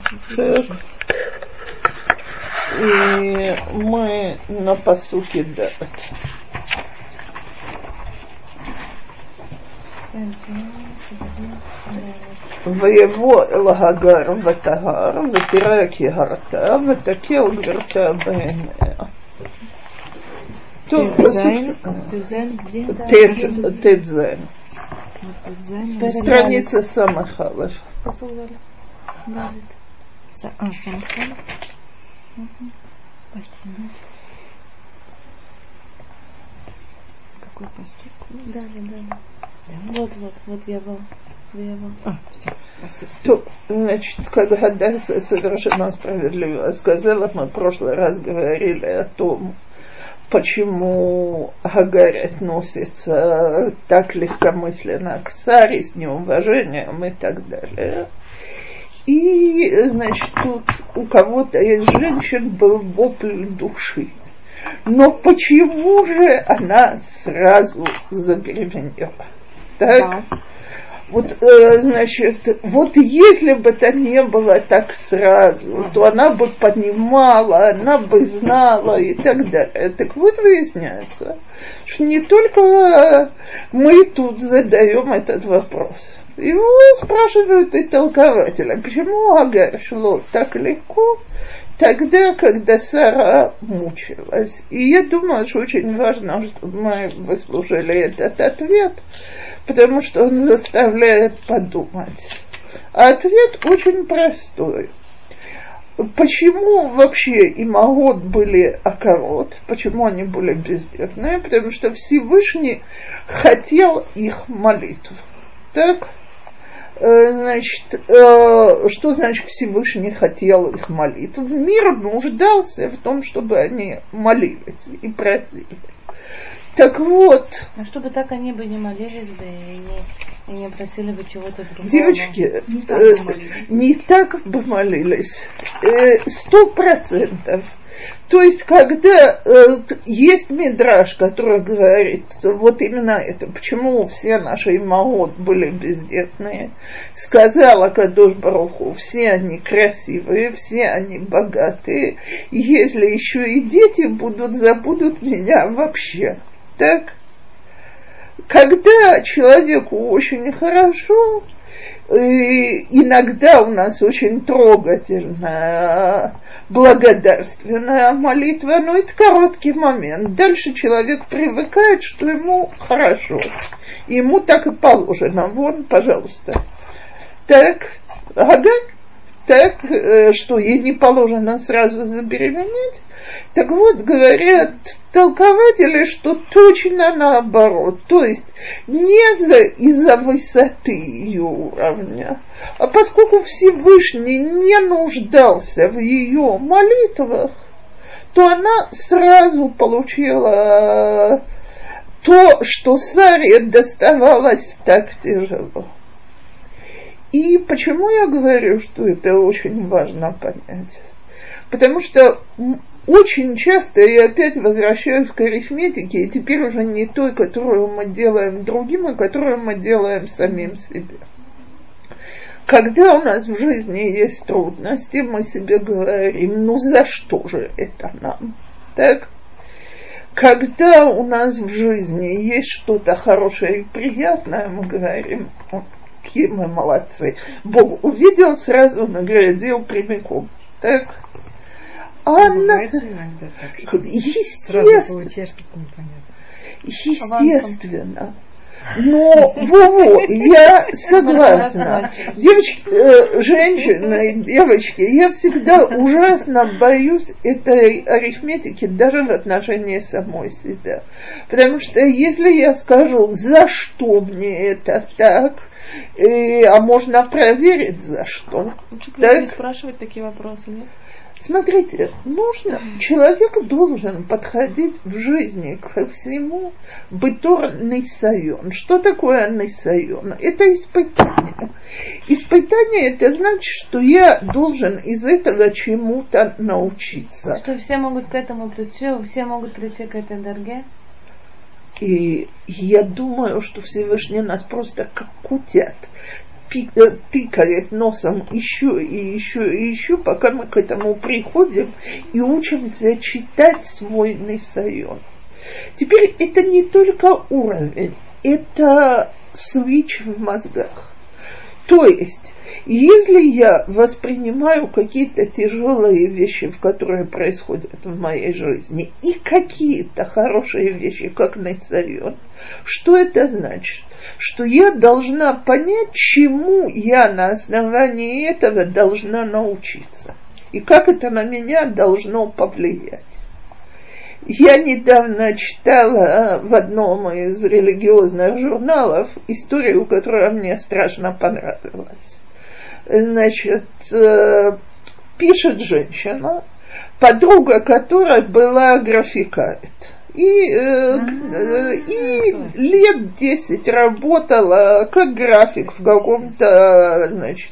Так. И мы на пасуке Дат. ויבוא אל הגר וטהר ותראה כי הרתה ותכה וגרתה בעיניה. טוב, תזן. Страница Самахалов. Самахалов. Спасибо. Какой поступок? Да. Вот я был. Все, спасибо. То, значит, когда Даса совершенно справедливо сказала, мы в прошлый раз говорили о том, почему Агарь относится так легкомысленно к Саре, с неуважением и так далее. И, значит, тут у кого-то из женщин был вопль души. Но почему же она сразу забеременела? Так? Да. Вот, значит, вот если бы это не было так сразу, то она бы понимала, она бы знала и так далее. Так вот выясняется, что не только мы тут задаем этот вопрос. Его спрашивают и толкователи, почему Агарь шло так легко тогда, когда Сара мучилась. И я думаю, что очень важно, чтобы мы выслушали этот ответ, потому что он заставляет подумать. А ответ очень простой. Почему вообще имагот были акарот? Почему они были бездетные? Потому что Всевышний хотел их молитву. Так? Значит, что значит Всевышний хотел их молитву? Мир нуждался в том, чтобы они молились и просили. Так вот. А чтобы так они бы не молились бы и не просили бы чего-то другого. Девочки, не так бы молились. 100%. То есть, когда есть мидраш, который говорит, вот именно это, почему все наши имагот были бездетные, сказала Кадош Барух Ху, все они красивые, все они богатые, если еще и дети забудут меня вообще. Так? Когда человеку очень хорошо, иногда у нас очень трогательная, благодарственная молитва, но это короткий момент. Дальше человек привыкает, что ему хорошо. Ему так и положено. Вон, пожалуйста. Так, так, что ей не положено сразу забеременеть. Так вот, говорят толкователи, что точно наоборот. То есть не из-за высоты ее уровня, а поскольку Всевышний не нуждался в ее молитвах, то она сразу получила то, что Саре доставалось так тяжело. И почему я говорю, что это очень важно понять? Потому что очень часто я опять возвращаюсь к арифметике, и теперь уже не той, которую мы делаем другим, а которую мы делаем самим себе. Когда у нас в жизни есть трудности, мы себе говорим, ну за что же это нам? Так? Когда у нас в жизни есть что-то хорошее и приятное, мы говорим, какие мы молодцы. Бог увидел, сразу наградил прямиком. Так? Она, естественно. Но, я согласна. Девочки, женщины, девочки, я всегда ужасно боюсь этой арифметики даже в отношении самой себя. Потому что если я скажу, за что мне это так, а можно проверить, за что. Лучше не спрашивать такие вопросы, нет? Смотрите, человек должен подходить в жизни ко всему бытор нисайон. Что такое нисайон? Это испытание. Испытание это значит, что я должен из этого чему-то научиться. Что все могут к этому прийти, все могут прийти к этой дорге? И я думаю, что Всевышний нас просто как кутят тыкает носом еще и еще и еще, пока мы к этому приходим и учимся читать свой нисайон. Теперь это не только уровень, это свич в мозгах. То есть, если я воспринимаю какие-то тяжелые вещи, которые происходят в моей жизни, и какие-то хорошие вещи, как нисайон, что это значит? Что я должна понять, чему я на основании этого должна научиться, и как это на меня должно повлиять. Я недавно читала в одном из религиозных журналов историю, которая мне страшно понравилась. Значит, пишет женщина, подруга которой была графикаит. И лет 10 работала как график в каком-то, значит,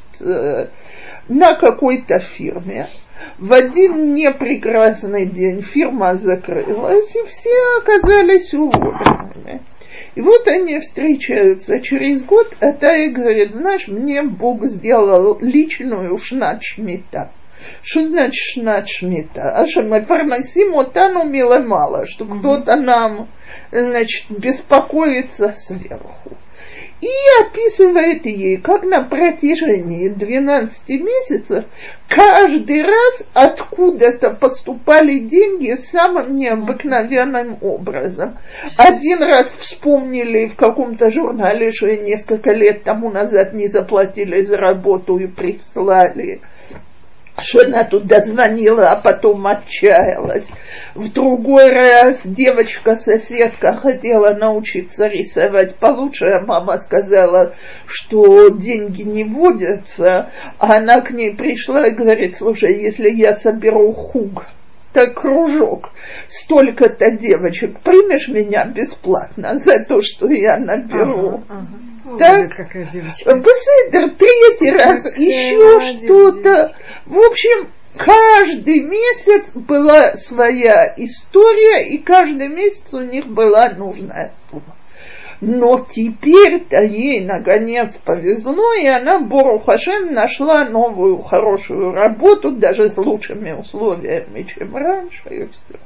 на какой-то фирме. В один непрекрасный день фирма закрылась, и все оказались уволенными. И вот они встречаются через год, а та и говорит: знаешь, мне Бог сделал личную шнат шмита. Что значит шнат шмита? А что мы фармасим отану мило-мало, что кто-то нам, значит, беспокоится сверху. И описывает ей, как на протяжении 12 месяцев каждый раз откуда-то поступали деньги самым необыкновенным образом. Один раз вспомнили в каком-то журнале, что несколько лет тому назад не заплатили за работу и прислали. Что она тут дозвонила, а потом отчаялась. В другой раз девочка-соседка хотела научиться рисовать получше, а мама сказала, что деньги не водятся, а она к ней пришла и говорит: слушай, если я соберу хуг, так кружок, столько-то девочек, примешь меня бесплатно за то, что я наберу? Так, Беседер, третий раз, еще что-то. В общем, каждый месяц была своя история, и каждый месяц у них была нужная сумма. Но теперь-то ей, наконец, повезло, и она, Борух Ашем, нашла новую хорошую работу, даже с лучшими условиями, чем раньше, и все.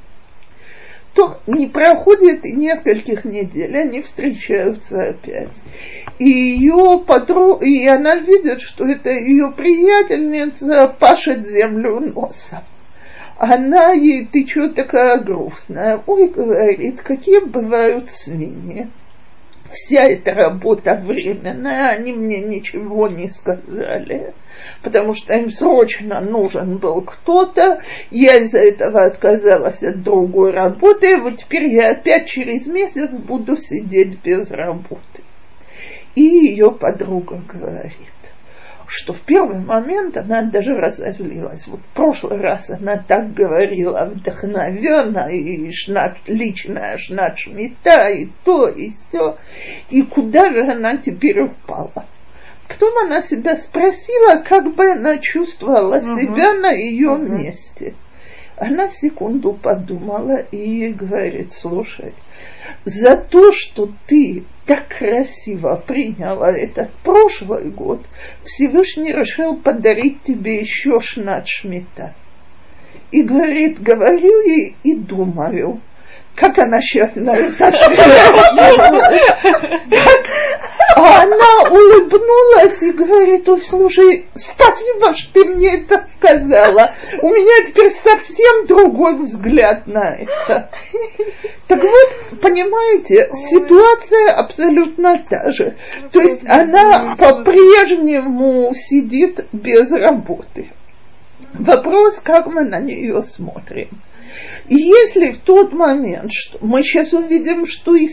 То не проходит и нескольких недель, они встречаются опять. И она видит, что это ее приятельница пашет землю носом. Она ей: ты что такая грустная? Ой, говорит, какие бывают свиньи. Вся эта работа временная, они мне ничего не сказали, потому что им срочно нужен был кто-то, я из-за этого отказалась от другой работы, и вот теперь я опять через месяц буду сидеть без работы. И ее подруга говорит, что в первый момент она даже разозлилась. Вот в прошлый раз она так говорила вдохновенно, и личная шнат шмита, и то, и сё. И куда же она теперь упала? Потом она себя спросила, как бы она чувствовала себя на ее месте. Она секунду подумала и говорит: слушай, за то, что ты так красиво приняла этот прошлый год, Всевышний решил подарить тебе еще шнат шмита. И говорит, говорю ей и думаю, как она сейчас на это смотрит. А она улыбнулась и говорит: ой, слушай, спасибо, что ты мне это сказала. У меня теперь совсем другой взгляд на это. Так вот, понимаете, ситуация абсолютно та же. То есть она по-прежнему сидит без работы. Вопрос, как мы на нее смотрим. И если в тот момент, что мы сейчас увидим, что и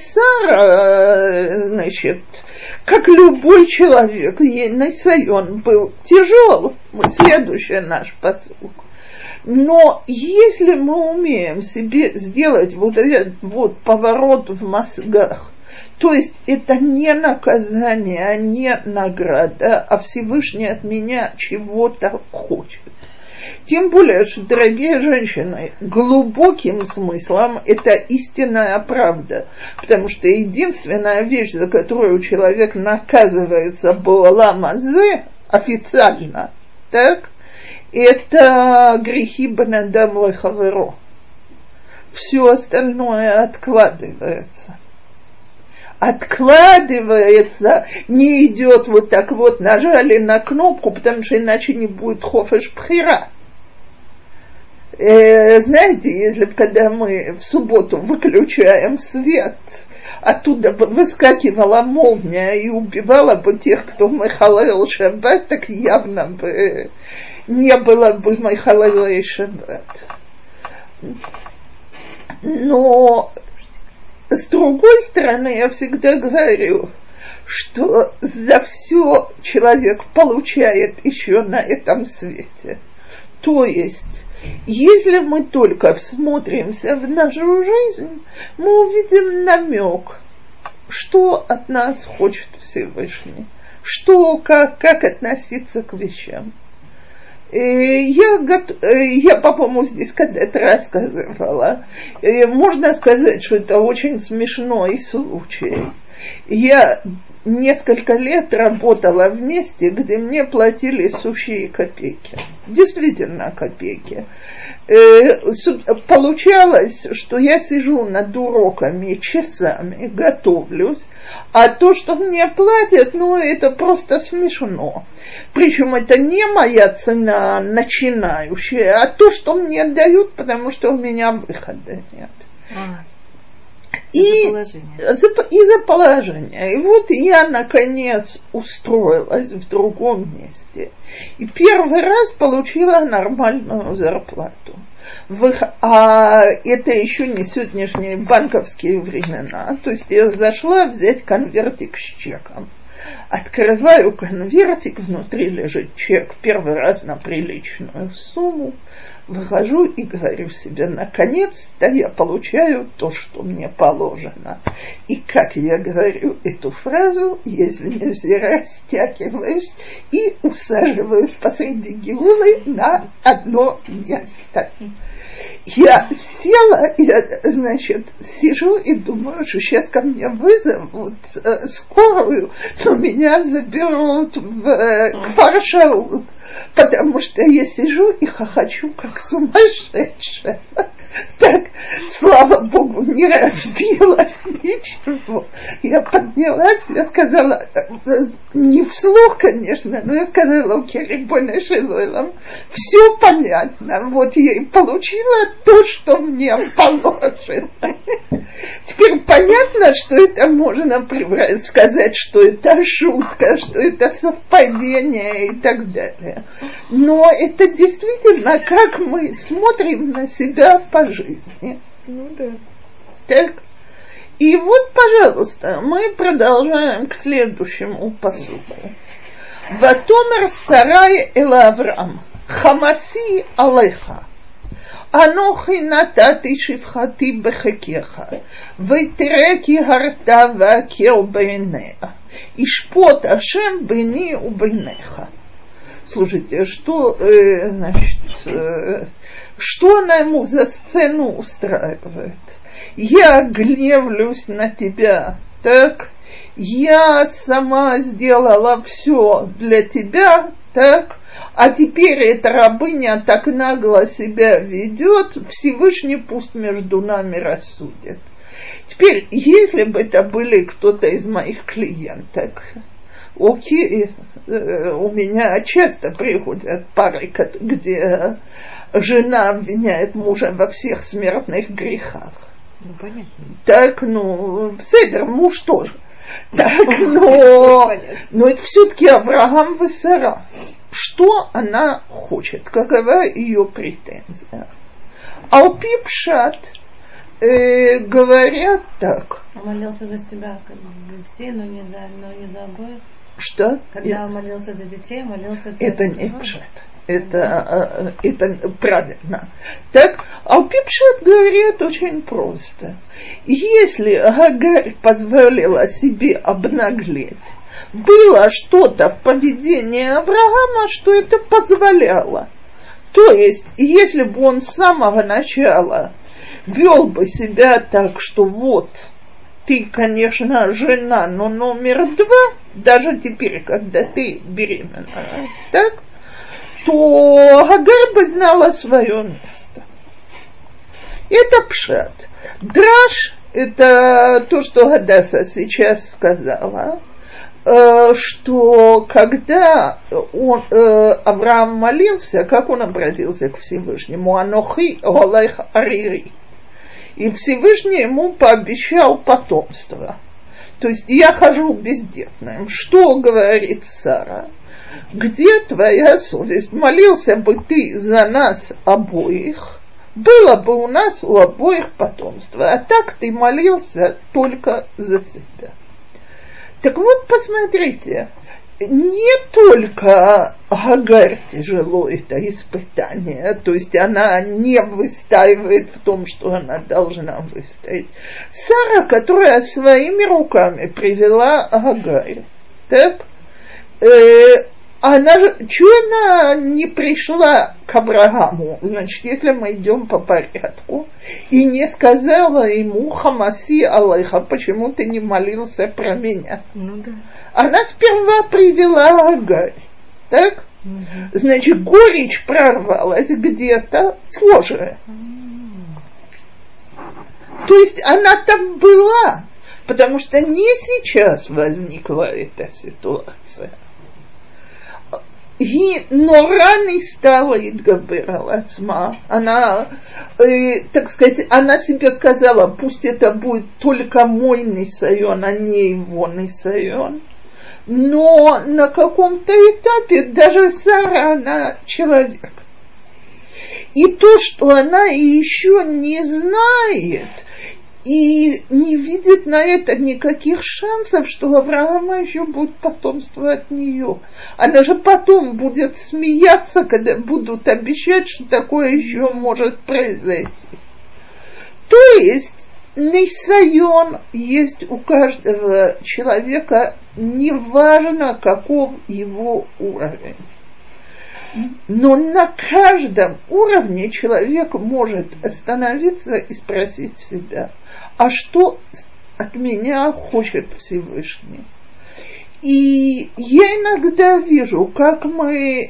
Сара, значит, как любой человек, ей нисайон был тяжел, следующий наш посыл. Но если мы умеем себе сделать вот этот вот поворот в мозгах, то есть это не наказание, не награда, а Всевышний от меня чего-то хочет. Тем более, что, дорогие женщины, глубоким смыслом это истинная правда. Потому что единственная вещь, за которую человек наказывается баолам азе, официально, так, это грехи бен адам лехаверо. Все остальное откладывается. Откладывается, не идет вот так вот, нажали на кнопку, потому что иначе не будет хофеш бхира. Знаете, если бы когда мы в субботу выключаем свет, оттуда бы выскакивала молния и убивала бы тех, кто мехалел шаббат, так явно бы не было бы мехалел шаббат. Но с другой стороны, я всегда говорю, что за все человек получает еще на этом свете. То есть, если мы только всмотримся в нашу жизнь, мы увидим намек, что от нас хочет Всевышний, что, как относиться к вещам. Я, по-моему, здесь когда-то рассказывала. Можно сказать, что это очень смешной случай. Я несколько лет работала в месте, где мне платили сущие копейки. Действительно копейки. Получалось, что я сижу над уроками часами, готовлюсь, а то, что мне платят, это просто смешно. Причем это не моя цена начинающая, а то, что мне дают, потому что у меня выхода нет. Из-за положения. И вот я, наконец, устроилась в другом месте. И первый раз получила нормальную зарплату. А это еще не сегодняшние банковские времена. То есть я зашла взять конвертик с чеком. Открываю конвертик, внутри лежит чек первый раз на приличную сумму. Выхожу и говорю себе, наконец-то я получаю то, что мне положено. И как я говорю эту фразу, если нельзя, растягиваюсь и усаживаюсь посреди геулы на одно место. Я села, сижу и думаю, что сейчас ко мне вызовут скорую, но меня заберут к Фаршаул, потому что я сижу и хохочу, как сумасшедшая. Так, слава Богу, не разбилась ничего. Я поднялась, я сказала, не вслух, конечно, но я сказала, окей, рибоне шелойлам, все понятно, вот я и получила то, что мне положено. Теперь понятно, что это можно сказать, что это шутка, что это совпадение и так далее. Но это действительно, как мы смотрим на себя по жизни. Ну да. Так. И вот, пожалуйста, мы продолжаем к следующему пасуку. Ватомер сарай эл Авраам, хамаси алеха, анохи натати шивхати бехекеха, вейтереки гарта вакел бейнеа, ишпот Ашем бейни у бейнеха. Слушайте, что она ему за сцену устраивает? Я гневлюсь на тебя, так? Я сама сделала все для тебя, так? А теперь эта рабыня так нагло себя ведет, Всевышний пусть между нами рассудит. Теперь, если бы это были кто-то из моих клиенток, окей, у меня часто приходят пары, где жена обвиняет мужа во всех смертных грехах. Ну, понятно. Так, Седер, муж тоже. Так, но это все-таки Авраам и Сара. Что она хочет? Какова ее претензия? Алпи пшат говорят так. Он молился за себя, как детей, но не за обоих. Что? Когда он молился за детей, молился за... Это не пшат. Это правильно. Так, Алпипшат говорит очень просто. Если Агарь позволила себе обнаглеть, было что-то в поведении Авраама, что это позволяло, То есть, если бы он с самого начала вел бы себя так, что вот, ты, конечно, жена, но номер 2, даже теперь, когда ты беременна, так, то Агар бы знала свое место. Это пшат. Драш – это то, что Гадаса сейчас сказала, что когда Авраам молился, как он обратился к Всевышнему? Анохи Олайх Арири. И Всевышний ему пообещал потомство. То есть я хожу бездетным. Что говорит Сара? Где твоя совесть? Молился бы ты за нас обоих, было бы у нас у обоих потомство. А так ты молился только за себя. Так вот, посмотрите, не только Агар тяжело это испытание, то есть она не выстаивает в том, что она должна выстоять. Сара, которая своими руками привела Агар, так, она не пришла к Аврааму, значит, если мы идем по порядку, и не сказала ему Хамаси Аллаха, почему ты не молился про меня? Ну да. Она сперва привела Агар, так? Угу. Значит, горечь прорвалась где-то позже. То есть она там была, потому что не сейчас возникла эта ситуация. И норани стала Идгабер Ацма. Она, так сказать, она себе сказала, пусть это будет только мой нисайон, а не его нисайон. Но на каком-то этапе даже Сара, она человек. И то, что она еще не знает и не видит на это никаких шансов, что у Авраама еще будет потомство от нее. Она же потом будет смеяться, когда будут обещать, что такое еще может произойти. То есть нисайон есть у каждого человека, неважно, каков его уровень. Но на каждом уровне человек может остановиться и спросить себя, а что от меня хочет Всевышний? И я иногда вижу, как мы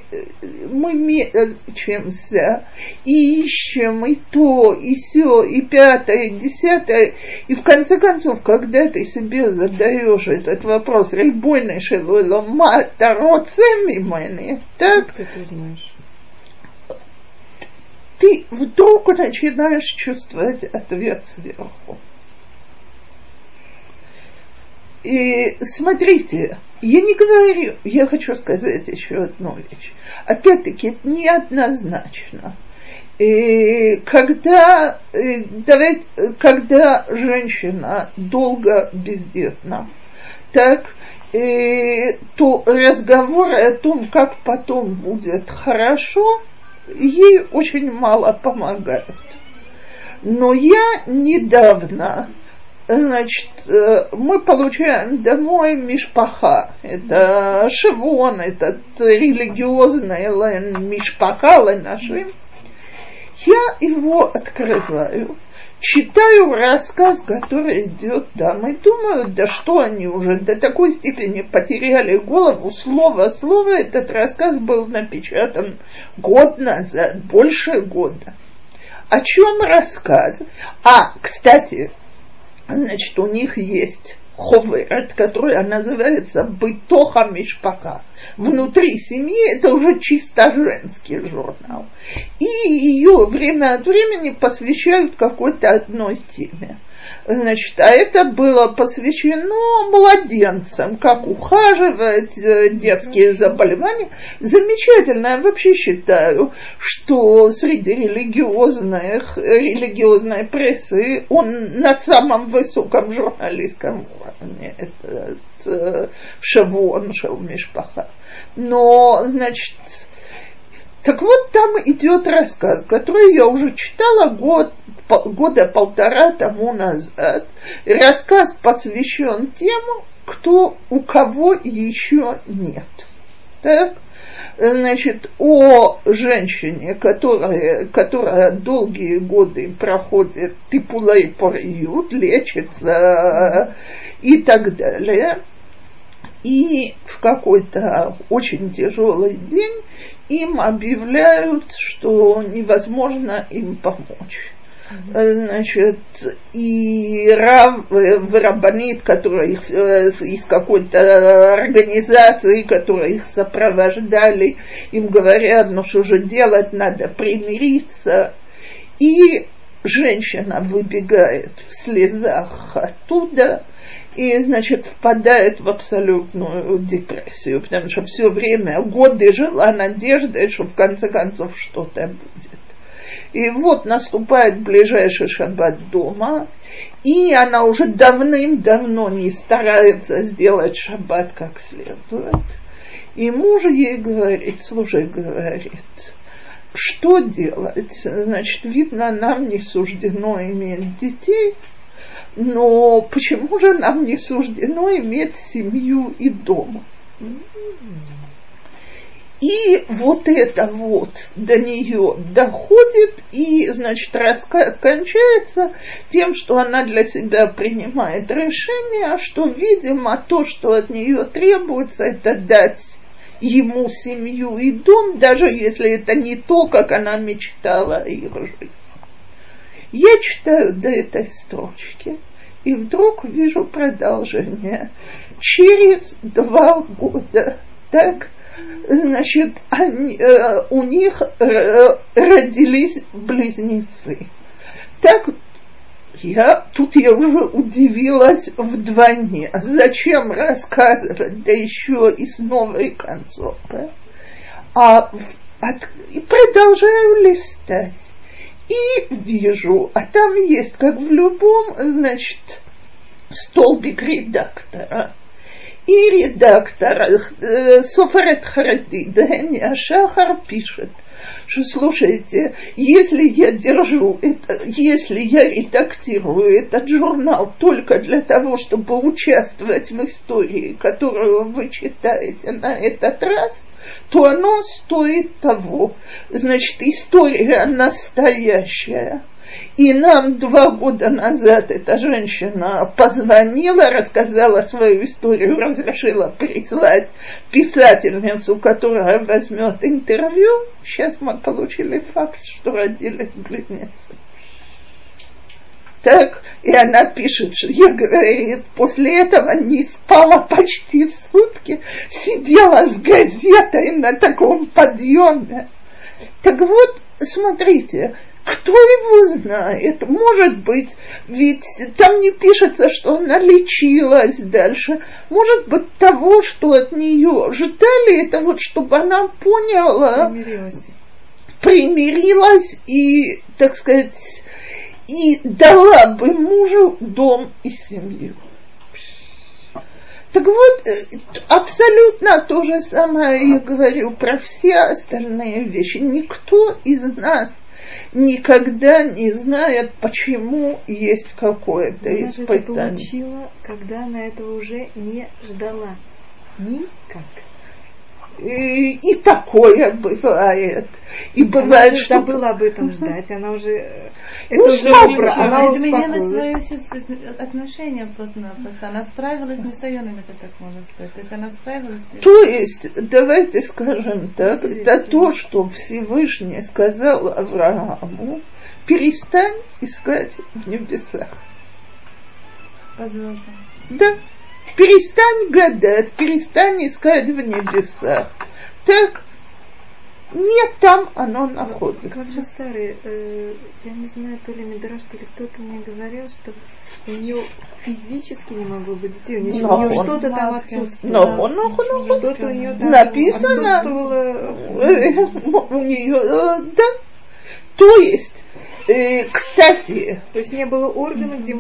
мечемся, и ищем и то, и сё, и пятое, и десятое, и в конце концов, когда ты себе задаешь этот вопрос, рейбойный шелуэлом, мата роцеми мэни, так? Ты знаешь. Ты вдруг начинаешь чувствовать ответ сверху. И смотрите, я не говорю, я хочу сказать еще одну вещь. Опять-таки, это неоднозначно. Когда женщина долго бездетна, так, то разговоры о том, как потом будет хорошо, ей очень мало помогают. Но я недавно... Значит, мы получаем домой мишпаха. Это шивон, это религиозный мишпаха нашим. Я его открываю, читаю рассказ, который идет там, и думаю, да что они уже до такой степени потеряли голову, слово в слово. Этот рассказ был напечатан год назад, больше года. О чем рассказ? Кстати, значит, у них есть ховерет, которая называется «Бытоха мишпаха». Внутри семьи это уже чисто женский журнал. И ее время от времени посвящают какой-то одной теме. Значит, а это было посвящено младенцам, как ухаживать, детские заболевания. Замечательно. Я вообще считаю, что среди религиозной прессы он на самом высоком журналистском уровне. Это Шавуон Шел Мишпаха. Но, значит... Так вот, там идет рассказ, который я уже читала года полтора тому назад. Рассказ посвящен тем, у кого еще нет. Так? Значит, о женщине, которая долгие годы проходит типулей пореют, лечится и так далее. И в какой-то очень тяжелый день им объявляют, что невозможно им помочь. Значит, и раббанит, которая их из какой-то организации, которая их сопровождали, им говорят, ну что же делать, надо примириться. И женщина выбегает в слезах оттуда и, значит, впадает в абсолютную депрессию, потому что все время, годы жила надеждой, что в конце концов что-то будет. И вот наступает ближайший шаббат дома, и она уже давным-давно не старается сделать шаббат как следует. И муж ей говорит, слушай, говорит, что делать? Значит, видно, нам не суждено иметь детей, но почему же нам не суждено иметь семью и дом? И вот это вот до нее доходит, и, значит, рассказ кончается тем, что она для себя принимает решение, что, видимо, то, что от нее требуется, это дать ему семью и дом, даже если это не то, как она мечтала о их жизни. Я читаю до этой строчки, и вдруг вижу продолжение. Через 2 года, так, значит, у них родились близнецы. Так, я уже удивилась вдвойне. Зачем рассказывать, да еще и с новой концовкой? И продолжаю листать. И вижу, а там есть, как в любом, значит, столбик редактора. И редактор Софарет Харадид Дэния Шахар пишет, что, слушайте, если я редактирую этот журнал только для того, чтобы участвовать в истории, которую вы читаете на этот раз, то оно стоит того. Значит, история настоящая. И нам 2 года назад эта женщина позвонила, рассказала свою историю, разрешила прислать писательницу, которая возьмет интервью. Сейчас мы получили факс, что родились близнецы. Так, и она пишет, что я, говорит, после этого не спала почти сутки, сидела с газетой на таком подъеме. Так вот, смотрите, кто его знает? Может быть, ведь там не пишется, что она лечилась дальше. Может быть, того, что от нее ждали, это вот, чтобы она поняла, примирилась и, так сказать, и дала бы мужу дом и семью. Так вот, абсолютно то же самое я говорю про все остальные вещи. Никто из нас никогда не знает, почему есть какое-то испытание. Она это получила, когда она этого уже не ждала. Никак. И такое бывает. И бывает, она что... забыла об этом ждать. Она уже... Это уже она изменила свои отношения просто-напросто. Она справилась не с районами, если так можно сказать. То есть она справилась... То есть, давайте скажем так, это то, что Всевышний сказал Аврааму, перестань искать в небесах. По звездам. Да. Перестань гадать, перестань искать в небесах. Так, нет, там оно находится. Квадрасары, я не знаю, то ли Мидраш, то ли кто-то мне говорил, что у нее физически не могло быть детей, у нее что-то там отсутствовало. Что-то у нее там написано, у нее, да. То есть, кстати... То есть не было органа, где...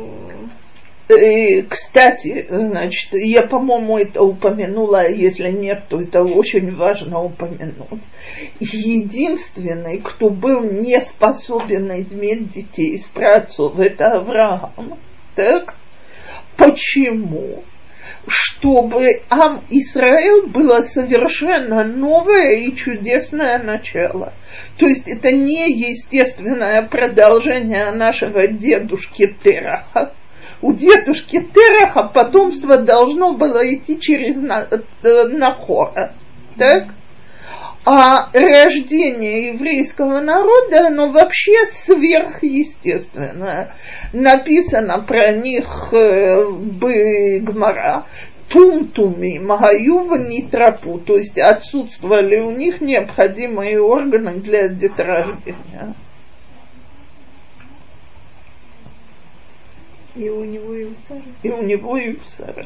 Кстати, значит, я, по-моему, это упомянула, если нет, то это очень важно упомянуть. Единственный, кто был не способен иметь детей из праотцов, это Авраам. Так? Почему? чтобы Ам Исраэль было совершенно новое и чудесное начало. То есть это не естественное продолжение нашего дедушки Тераха. У дедушки Тераха потомство должно было идти через Нахора. Так? А рождение еврейского народа, оно вообще сверхъестественное. Написано про них в Гмара: тум-туми, магаюва нитрапу, то есть отсутствовали у них необходимые органы для деторождения. И у него, и у Сары. И у него, и у Сары.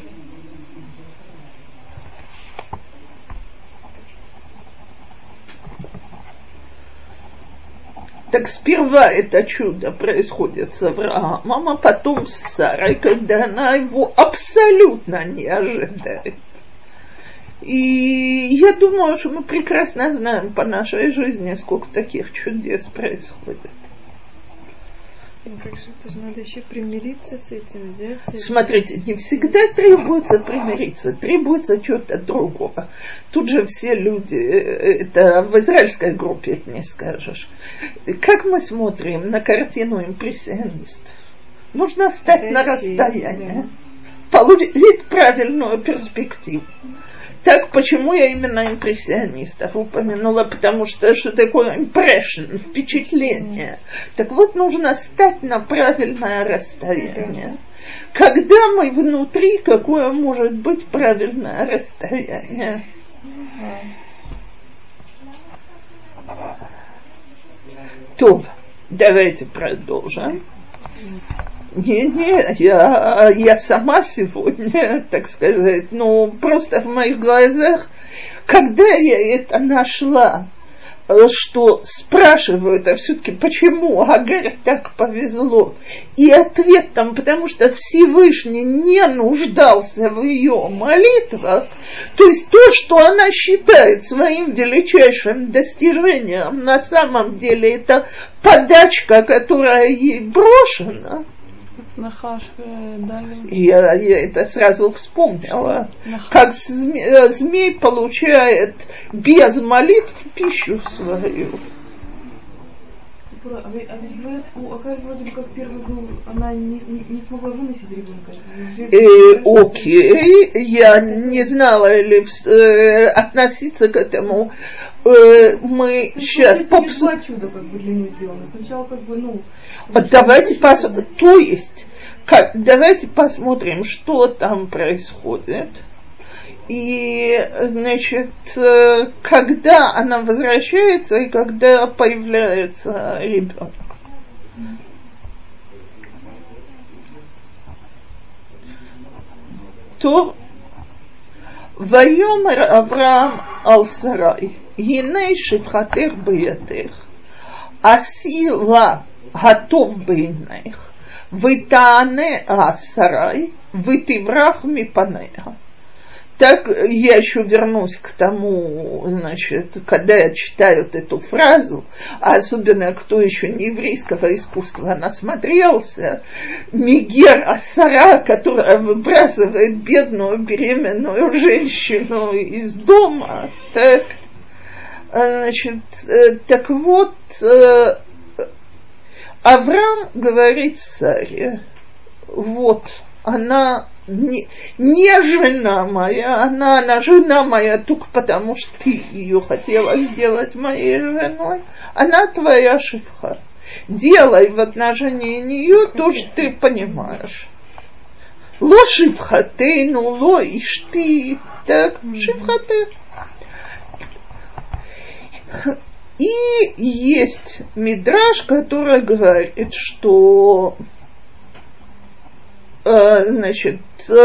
Так сперва это чудо происходит с Авраамом, а потом с Сарой, когда она его абсолютно не ожидает. И я думаю, что мы прекрасно знаем по нашей жизни, сколько таких чудес происходит. Как же это же надо еще примириться с этим, взять. Смотрите, не всегда требуется примириться, требуется чего-то другого. Тут же все люди, это в израильской группе это не скажешь. Как мы смотрим на картину импрессионистов? Нужно встать на расстояние, получить правильную перспективу. Так, почему я именно импрессионистов упомянула? Потому что такое impression, впечатление. Так вот, нужно стать на правильное расстояние. Когда мы внутри, какое может быть правильное расстояние? То, давайте продолжим. Я сама сегодня, так сказать, просто в моих глазах, когда я это нашла, что спрашивают, а все-таки почему Агаре так повезло, и ответ там, потому что Всевышний не нуждался в ее молитвах, то есть то, что она считает своим величайшим достижением, на самом деле это подачка, которая ей брошена. Нахаш, я это сразу вспомнила. Как змей получает без молитв пищу свою. А ведь говорят, у Агар вроде бы как первый был, она не смогла выносить ребенка. Окей, я не знала или относиться к этому. Мы сейчас два чуда как бы для нее сделано. Сначала как бы, давайте давайте посмотрим, что там происходит. И, значит, когда она возвращается и когда появляется ребенок. То Вайомер Авраам ал-Сарай, Гиней шивхатех биятех, Асила готов бейнех, Витаане ас-Сарай, Витиврах мипанеха. Так я еще вернусь к тому, значит, когда я читаю эту фразу, а особенно кто еще не еврейского искусства насмотрелся, Мегера Сара, которая выбрасывает бедную беременную женщину из дома, так, значит, так вот, Авраам говорит Саре, вот, она не жена моя, она жена моя только потому, что ты ее хотела сделать моей женой. Она твоя шивха. Делай в отношении нее то, что ты понимаешь. Ло шивхатейну, ло ишти, так, шивхатей. И есть мидраш, который говорит, что значит,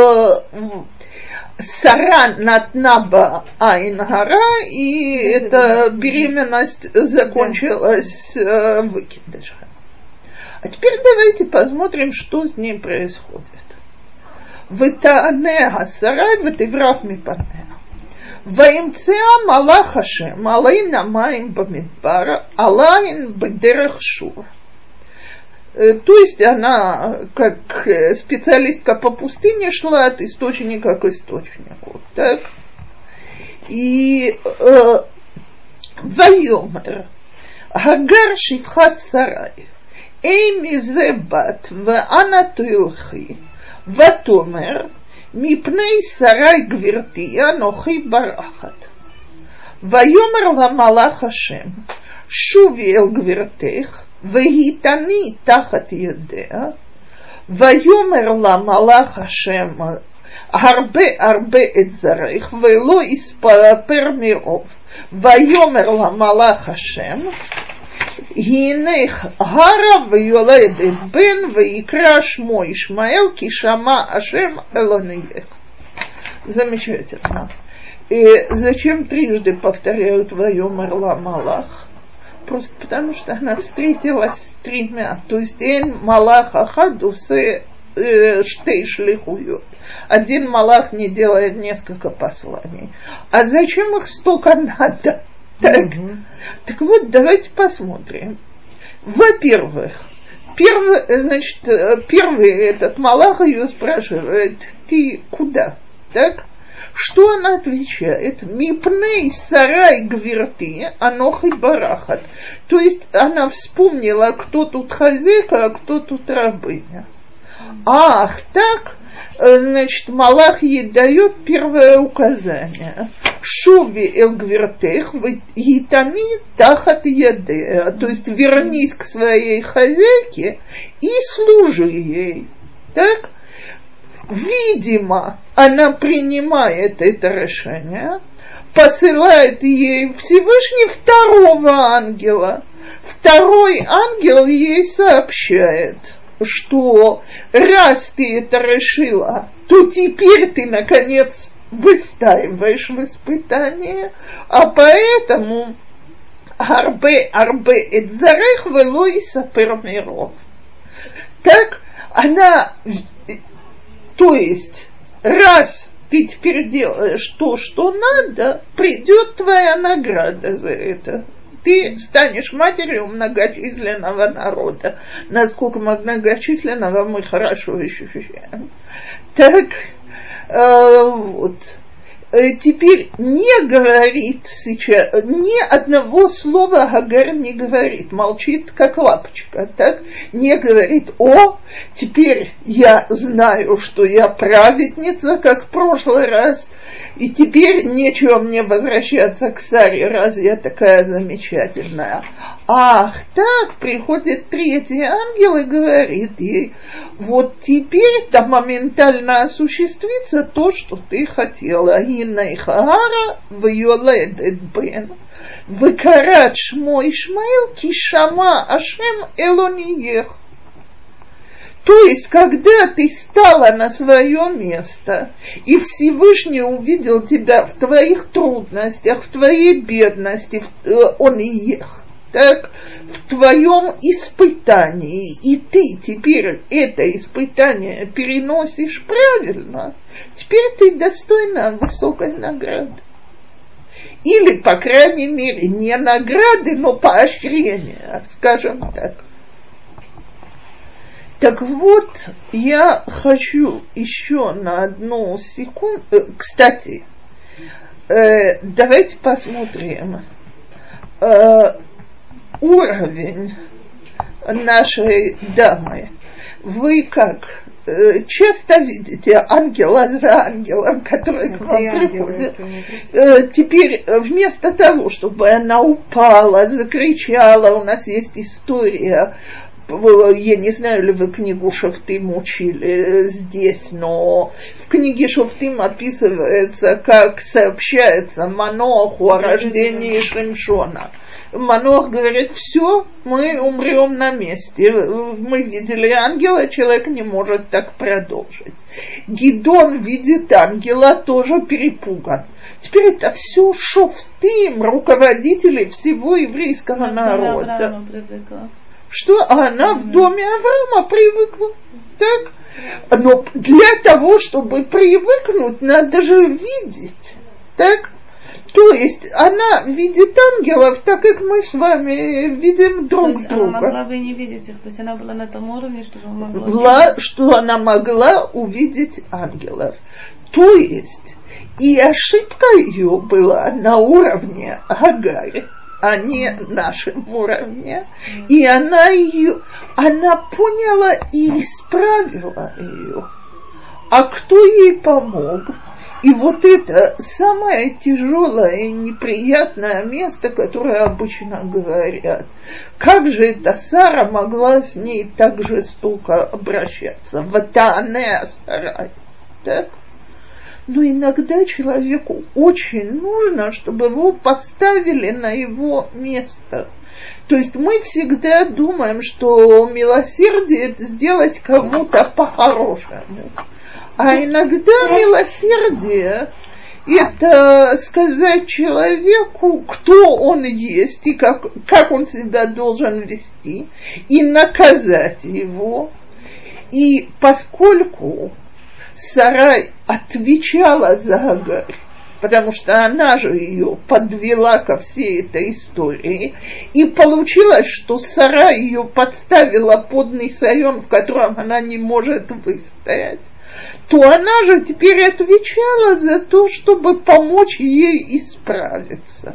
Сара натнаба айнгара, и эта беременность закончилась выкидышем. А теперь давайте посмотрим, что с ней происходит. Витаанега Сарай, витиврах мипанега. Ваимцеа малах Хашем, алайн амаим бамидбар, алайн бедерех шур. То есть она, как специалистка по пустыне, шла от источника к источнику. Так? И Вайомер Хагар Шифхат Сарай Эй мизе бат веана туилхи ватомер мипней Сарай гвирти анохи барахат. Вайомер ламалах Хашем שובי אל גבירתך, והיתני תחת ידיה, ויאמר לה מלאך השם הרבה את זרעך, ולא יספר מרוב. ויאמר לה מלאך השם, הנך הרה ויולדת בן, ויקרא שמו ישמעאל, כי שמע השם אלוהיך. Замечательно. И зачем трижды повторяют «Вайомер ла малах»? Просто потому, что она встретилась с тремя. То есть «Эн малах ахаду се штей шлихуют». Один малах не делает несколько посланий. А зачем их столько надо? Так, так вот, давайте посмотрим. Во-первых, первый этот малах ее спрашивает: «Ты куда?» Так? Что она отвечает? Мипней Сарай гвирти анохи барахат. То есть она вспомнила, кто тут хозяйка, а кто тут рабыня. Ах, так, значит, малах ей дает первое указание. Шуви эл гвиртех гитани тахат яде. То есть вернись к своей хозяйке и служи ей. Так? Видимо, она принимает это решение, посылает ей Всевышний второго ангела. Второй ангел ей сообщает, что раз ты это решила, то теперь ты, наконец, выстаиваешь в испытании, а поэтому арбе эт зарех вело йсапер миров. Так она... То есть, раз ты теперь делаешь то, что надо, придет твоя награда за это. Ты станешь матерью многочисленного народа. Насколько многочисленного мы хорошо ощущаем. Так, вот. Теперь не говорит сейчас, ни одного слова Агар не говорит, молчит как лапочка, так? Не говорит: о, теперь я знаю, что я праведница, как в прошлый раз, и теперь нечего мне возвращаться к Саре, раз я такая замечательная. Ах, так, приходит третий ангел и говорит ей: вот теперь-то моментально осуществится то, что ты хотела. Инайхара вьоледет бен, выкарат шмо Ишмаэл, кишама Ашем элониех. То есть, когда ты стала на свое место, и Всевышний увидел тебя в твоих трудностях, в твоей бедности, он и ех, так, в твоем испытании, и ты теперь это испытание переносишь правильно, теперь ты достойна высокой награды. Или, по крайней мере, не награды, но поощрения, скажем так. Так вот, я хочу еще на одну секунду... Кстати, давайте посмотрим уровень нашей дамы. Вы как часто видите ангела за ангелом, который к вам приходит. Теперь вместо того, чтобы она упала, закричала, у нас есть история. Я не знаю, ли вы книгу Шофтим учили здесь, но в книге Шофтим описывается, как сообщается Маноху о рождении Шимшона. Манох говорит: все, мы умрем на месте. Мы видели ангела, человек не может так продолжить. Гидон видит ангела, тоже перепуган. Теперь это все Шофтим, руководители всего еврейского народа. Что она в доме Авраама привыкла. Так? Но для того, чтобы привыкнуть, надо же видеть. Так? То есть она видит ангелов, так как мы с вами видим друг друга. Она могла бы и не видеть их, то есть она была на том уровне, что могла что она могла увидеть ангелов. То есть и ошибка ее была на уровне Агари, а не нашем уровне. И она поняла и исправила ее. А кто ей помог? И вот это самое тяжелое и неприятное место, которое обычно говорят. Как же эта Сара могла с ней так жестоко обращаться? Ватаане Сарай. Так? Но иногда человеку очень нужно, чтобы его поставили на его место. То есть мы всегда думаем, что милосердие – это сделать кому-то по-хорошему. А иногда милосердие – это сказать человеку, кто он есть и как он себя должен вести, и наказать его. И поскольку Сарай отвечала за Агарь, потому что она же ее подвела ко всей этой истории, и получилось, что Сарай ее подставила под нисайон, в котором она не может выстоять, то она же теперь отвечала за то, чтобы помочь ей исправиться.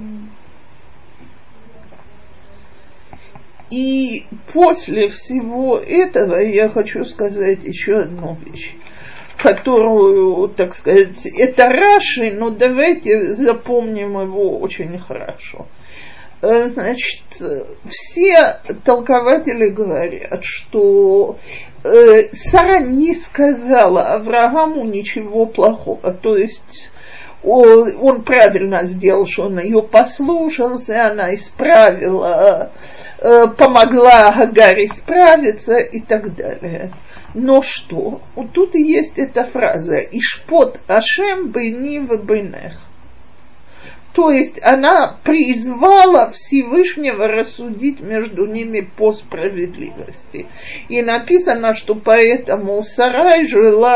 И после всего этого я хочу сказать еще одну вещь, которую, так сказать, это Раши, но давайте запомним его очень хорошо. Значит, все толкователи говорят, что Сара не сказала Аврааму ничего плохого, то есть он правильно сделал, что он ее послушался, она исправила, помогла Агаре справиться и так далее. Но что? Вот тут и есть эта фраза «Ишпот Ашем бейни вебейнех». То есть она призвала Всевышнего рассудить между ними по справедливости. И написано, что поэтому Сарай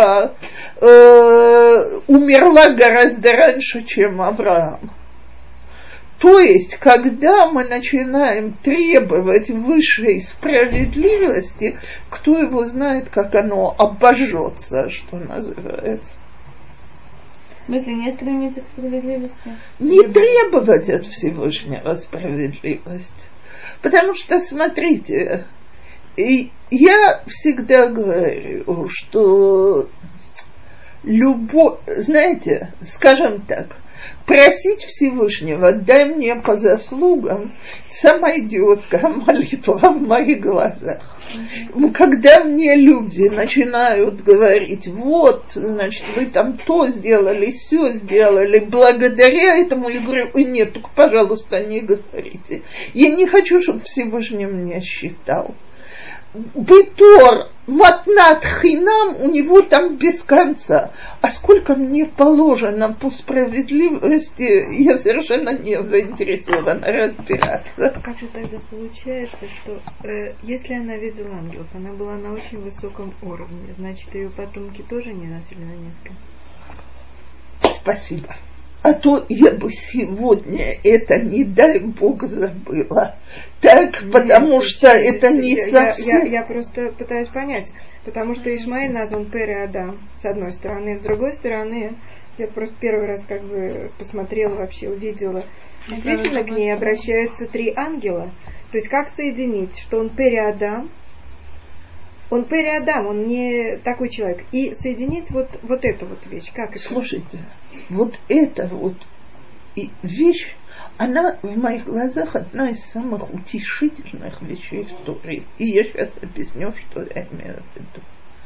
умерла гораздо раньше, чем Авраам. То есть, когда мы начинаем требовать высшей справедливости, кто его знает, как оно обожжется, что называется. В смысле, не стремиться к справедливости? Не требовать от Всевышнего справедливость. Потому что, смотрите, я всегда говорю, что знаете, скажем так, просить Всевышнего, дай мне по заслугам, самая идиотская молитва в моих глазах. Когда мне люди начинают говорить, вот, значит, вы там то сделали, сё сделали, благодаря этому, я говорю, нет, только, пожалуйста, не говорите. Я не хочу, чтобы Всевышний меня считал. Битор, матнат хинам, у него там без конца. А сколько мне положено по справедливости, я совершенно не заинтересована разбираться. Как же тогда получается, что если она видела ангелов, она была на очень высоком уровне, значит, ее потомки тоже не носили на низком? Спасибо. А то я бы сегодня это, не дай Бог, забыла. Так, потому что это не совсем... Я просто пытаюсь понять. Потому что Ишмаэль назван Пере Адам, с одной стороны. С другой стороны, я просто первый раз как бы посмотрела, вообще увидела. Действительно, к ней обращаются 3 ангела. То есть, как соединить, что он Пере Адам, он Пере Адам, он не такой человек. И соединить вот эту вот вещь. Как это? Слушайте, вот эта вот вещь, она в моих глазах одна из самых утешительных вещей в Торе. И я сейчас объясню, что я имею в виду.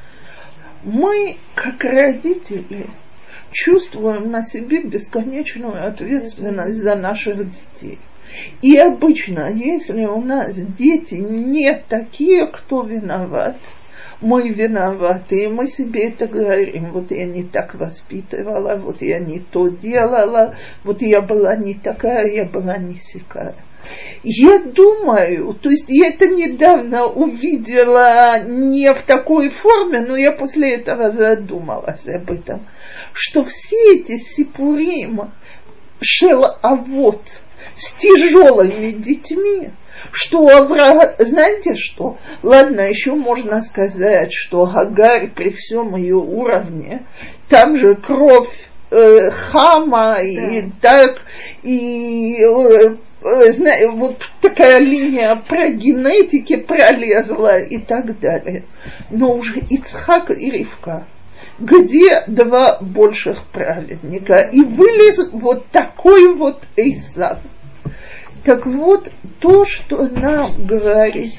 Мы, как родители, чувствуем на себе бесконечную ответственность за наших детей. И обычно, если у нас дети не такие, кто виноват, мы виноваты, и мы себе это говорим, вот я не так воспитывала, вот я не то делала, вот я была не такая, я была не сякая. Я думаю, то есть я это недавно увидела не в такой форме, но я после этого задумалась об этом, что все эти сипурим, шел авот с тяжелыми детьми, что Авраам, знаете что? Ладно, еще можно сказать, что Агарь при всем ее уровне, там же кровь Хама, да. И так, и вот такая линия про генетики пролезла и так далее. Но уже Ицхак и Ривка, где два больших праведника, и вылез вот такой вот Эйсав. Так вот, то, что нам говорит...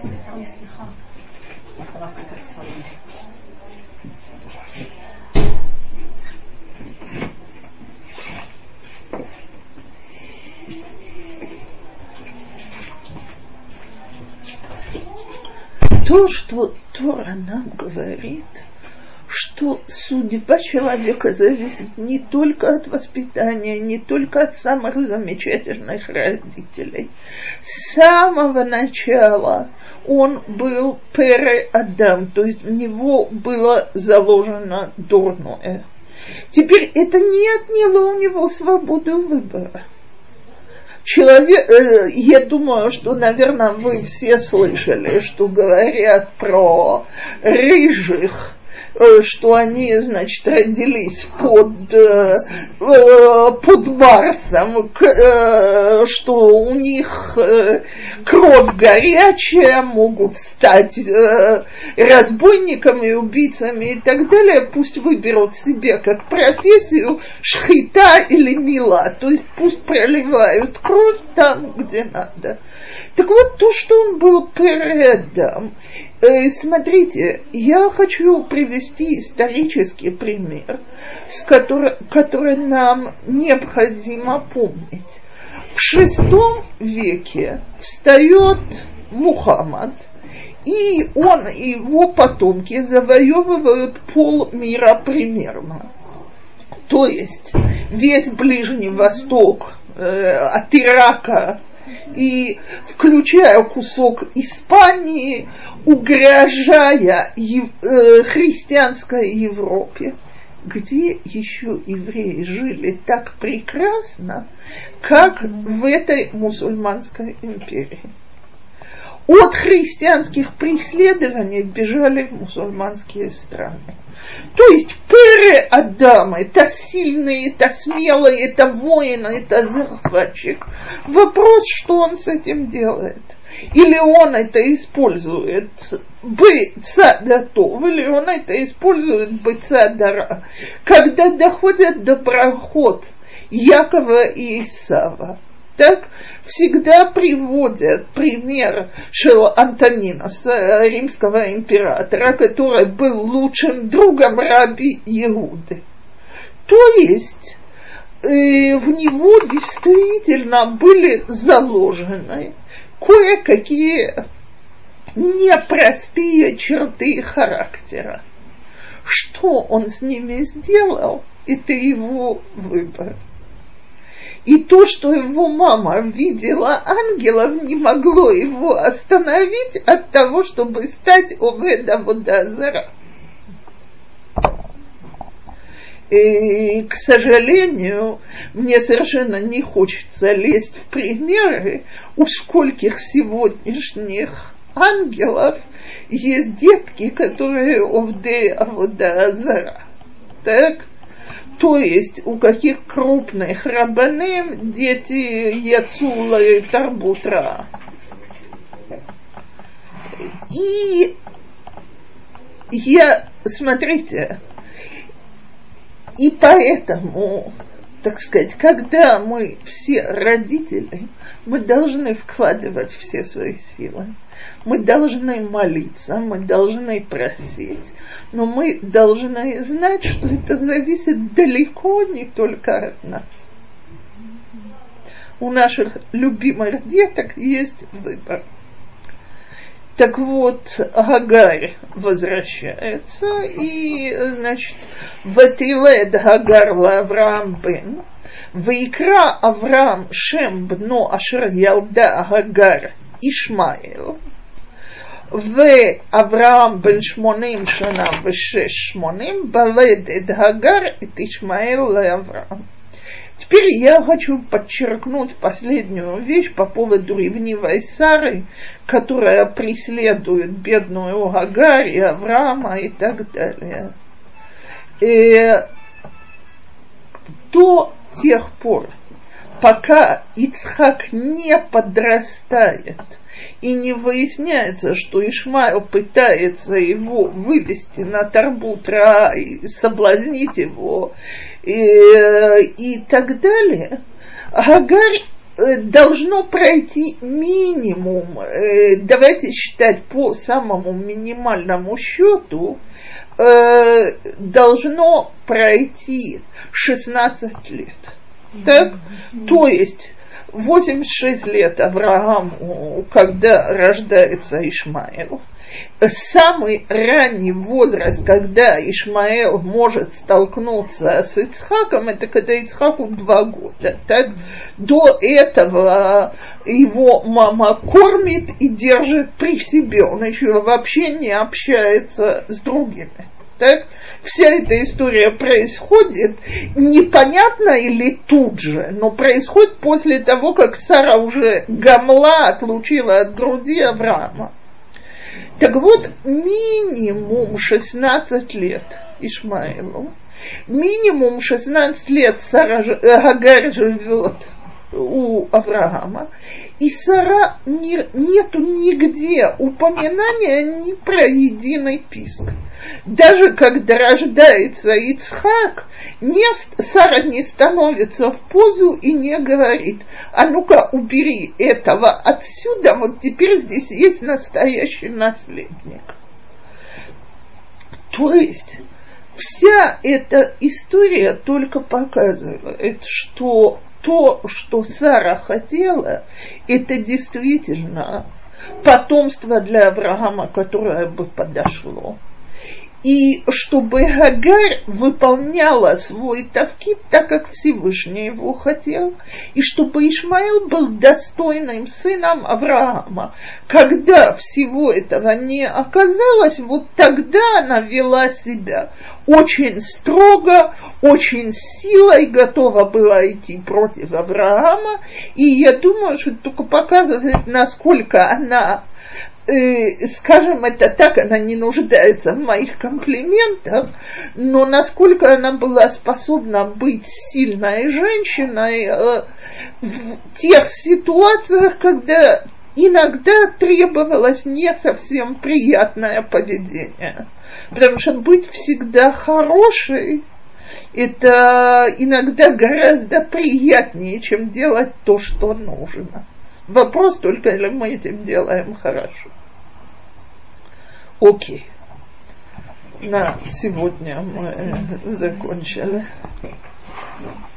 То, что Тора нам говорит, что судьба человека зависит не только от воспитания, не только от самых замечательных родителей. С самого начала он был пере Адам, то есть в него было заложено дурное. Теперь это не отняло у него свободу выбора. Я думаю, что, наверное, вы все слышали, что говорят про рыжих, что они, значит, родились под Марсом, что у них кровь горячая, могут стать разбойниками, убийцами и так далее. Пусть выберут себе как профессию шхита или мила, то есть пусть проливают кровь там, где надо. Так вот, то, что он был передом. Смотрите, я хочу привести исторический пример, который нам необходимо помнить. В VI веке встает Мухаммад, и он и его потомки завоевывают полмира примерно. То есть весь Ближний Восток от Ирака и включая кусок Испании, угрожая христианской Европе, где еще евреи жили так прекрасно, как в этой мусульманской империи. От христианских преследований бежали в мусульманские страны. То есть пере Адам, это сильный, это смелый, это воин, это захватчик. Вопрос, что он с этим делает. Или он это использует бецадатов, или он это использует бецадара. Когда доходят до проход Якова и Исава, так всегда приводят пример Антониноса, римского императора, который был лучшим другом раби Иуды. То есть в него действительно были заложены кое-какие непростые черты характера. Что он с ними сделал, это его выбор. И то, что его мама видела ангелов, не могло его остановить от того, чтобы стать овед авода зара. И, к сожалению, мне совершенно не хочется лезть в примеры, у скольких сегодняшних ангелов есть детки, которые овде авода зара. Так? То есть у каких крупных рабаним дети яцулы тарбутра. И смотрите, и поэтому, так сказать, когда мы все родители, мы должны вкладывать все свои силы. Мы должны молиться, мы должны просить, но мы должны знать, что это зависит далеко не только от нас. У наших любимых деток есть выбор. Так вот, Агарь возвращается, и, значит, «Ватилед Агар ла Авраам бен, ваикра Авраам шем бно ашер ялда Агар Ишмаэл, ואברהם בן 80 שנה ו6 80, בלד את הגר את ישמעאל לאברהם. Теперь я хочу подчеркнуть последнюю вещь по поводу ревнивой Сары, которая преследует бедную Агарь и Авраама и так далее. До тех пор, пока Ицхак не подрастает и не выясняется, что Ишмаэл пытается его вывести на тарбут ра и соблазнить его и так далее, Агарь должно пройти минимум, давайте считать по самому минимальному счету, должно пройти 16 лет. Так? То есть 86 лет Аврааму, когда рождается Ишмаэл. Самый ранний возраст, когда Ишмаэл может столкнуться с Ицхаком, это когда Ицхаку 2 года. Так? До этого его мама кормит и держит при себе. Он еще вообще не общается с другими. Так? Вся эта история происходит непонятно или тут же, но происходит после того, как Сара уже гамла отлучила от груди Авраама. Так вот, минимум 16 лет Ишмаэлу, минимум 16 лет Агарь живет у Авраама, и Сара нету нигде упоминания ни про единый писк. Даже когда рождается Ицхак, Сара не становится в позу и не говорит: а ну-ка убери этого отсюда, вот теперь здесь есть настоящий наследник. То есть вся эта история только показывает, что то, что Сара хотела, это действительно потомство для Авраама, которое бы подошло. И чтобы Агарь выполняла свой тавкид так, как Всевышний его хотел, и чтобы Ишмаэл был достойным сыном Авраама. Когда всего этого не оказалось, вот тогда она вела себя очень строго, очень силой готова была идти против Авраама, и я думаю, что это только показывает, насколько она, скажем это так, она не нуждается в моих комплиментах, но насколько она была способна быть сильной женщиной в тех ситуациях, когда иногда требовалось не совсем приятное поведение. Потому что быть всегда хорошей – это иногда гораздо приятнее, чем делать то, что нужно. Вопрос только, ли мы этим делаем хорошо. Окей. На сегодня мы закончили.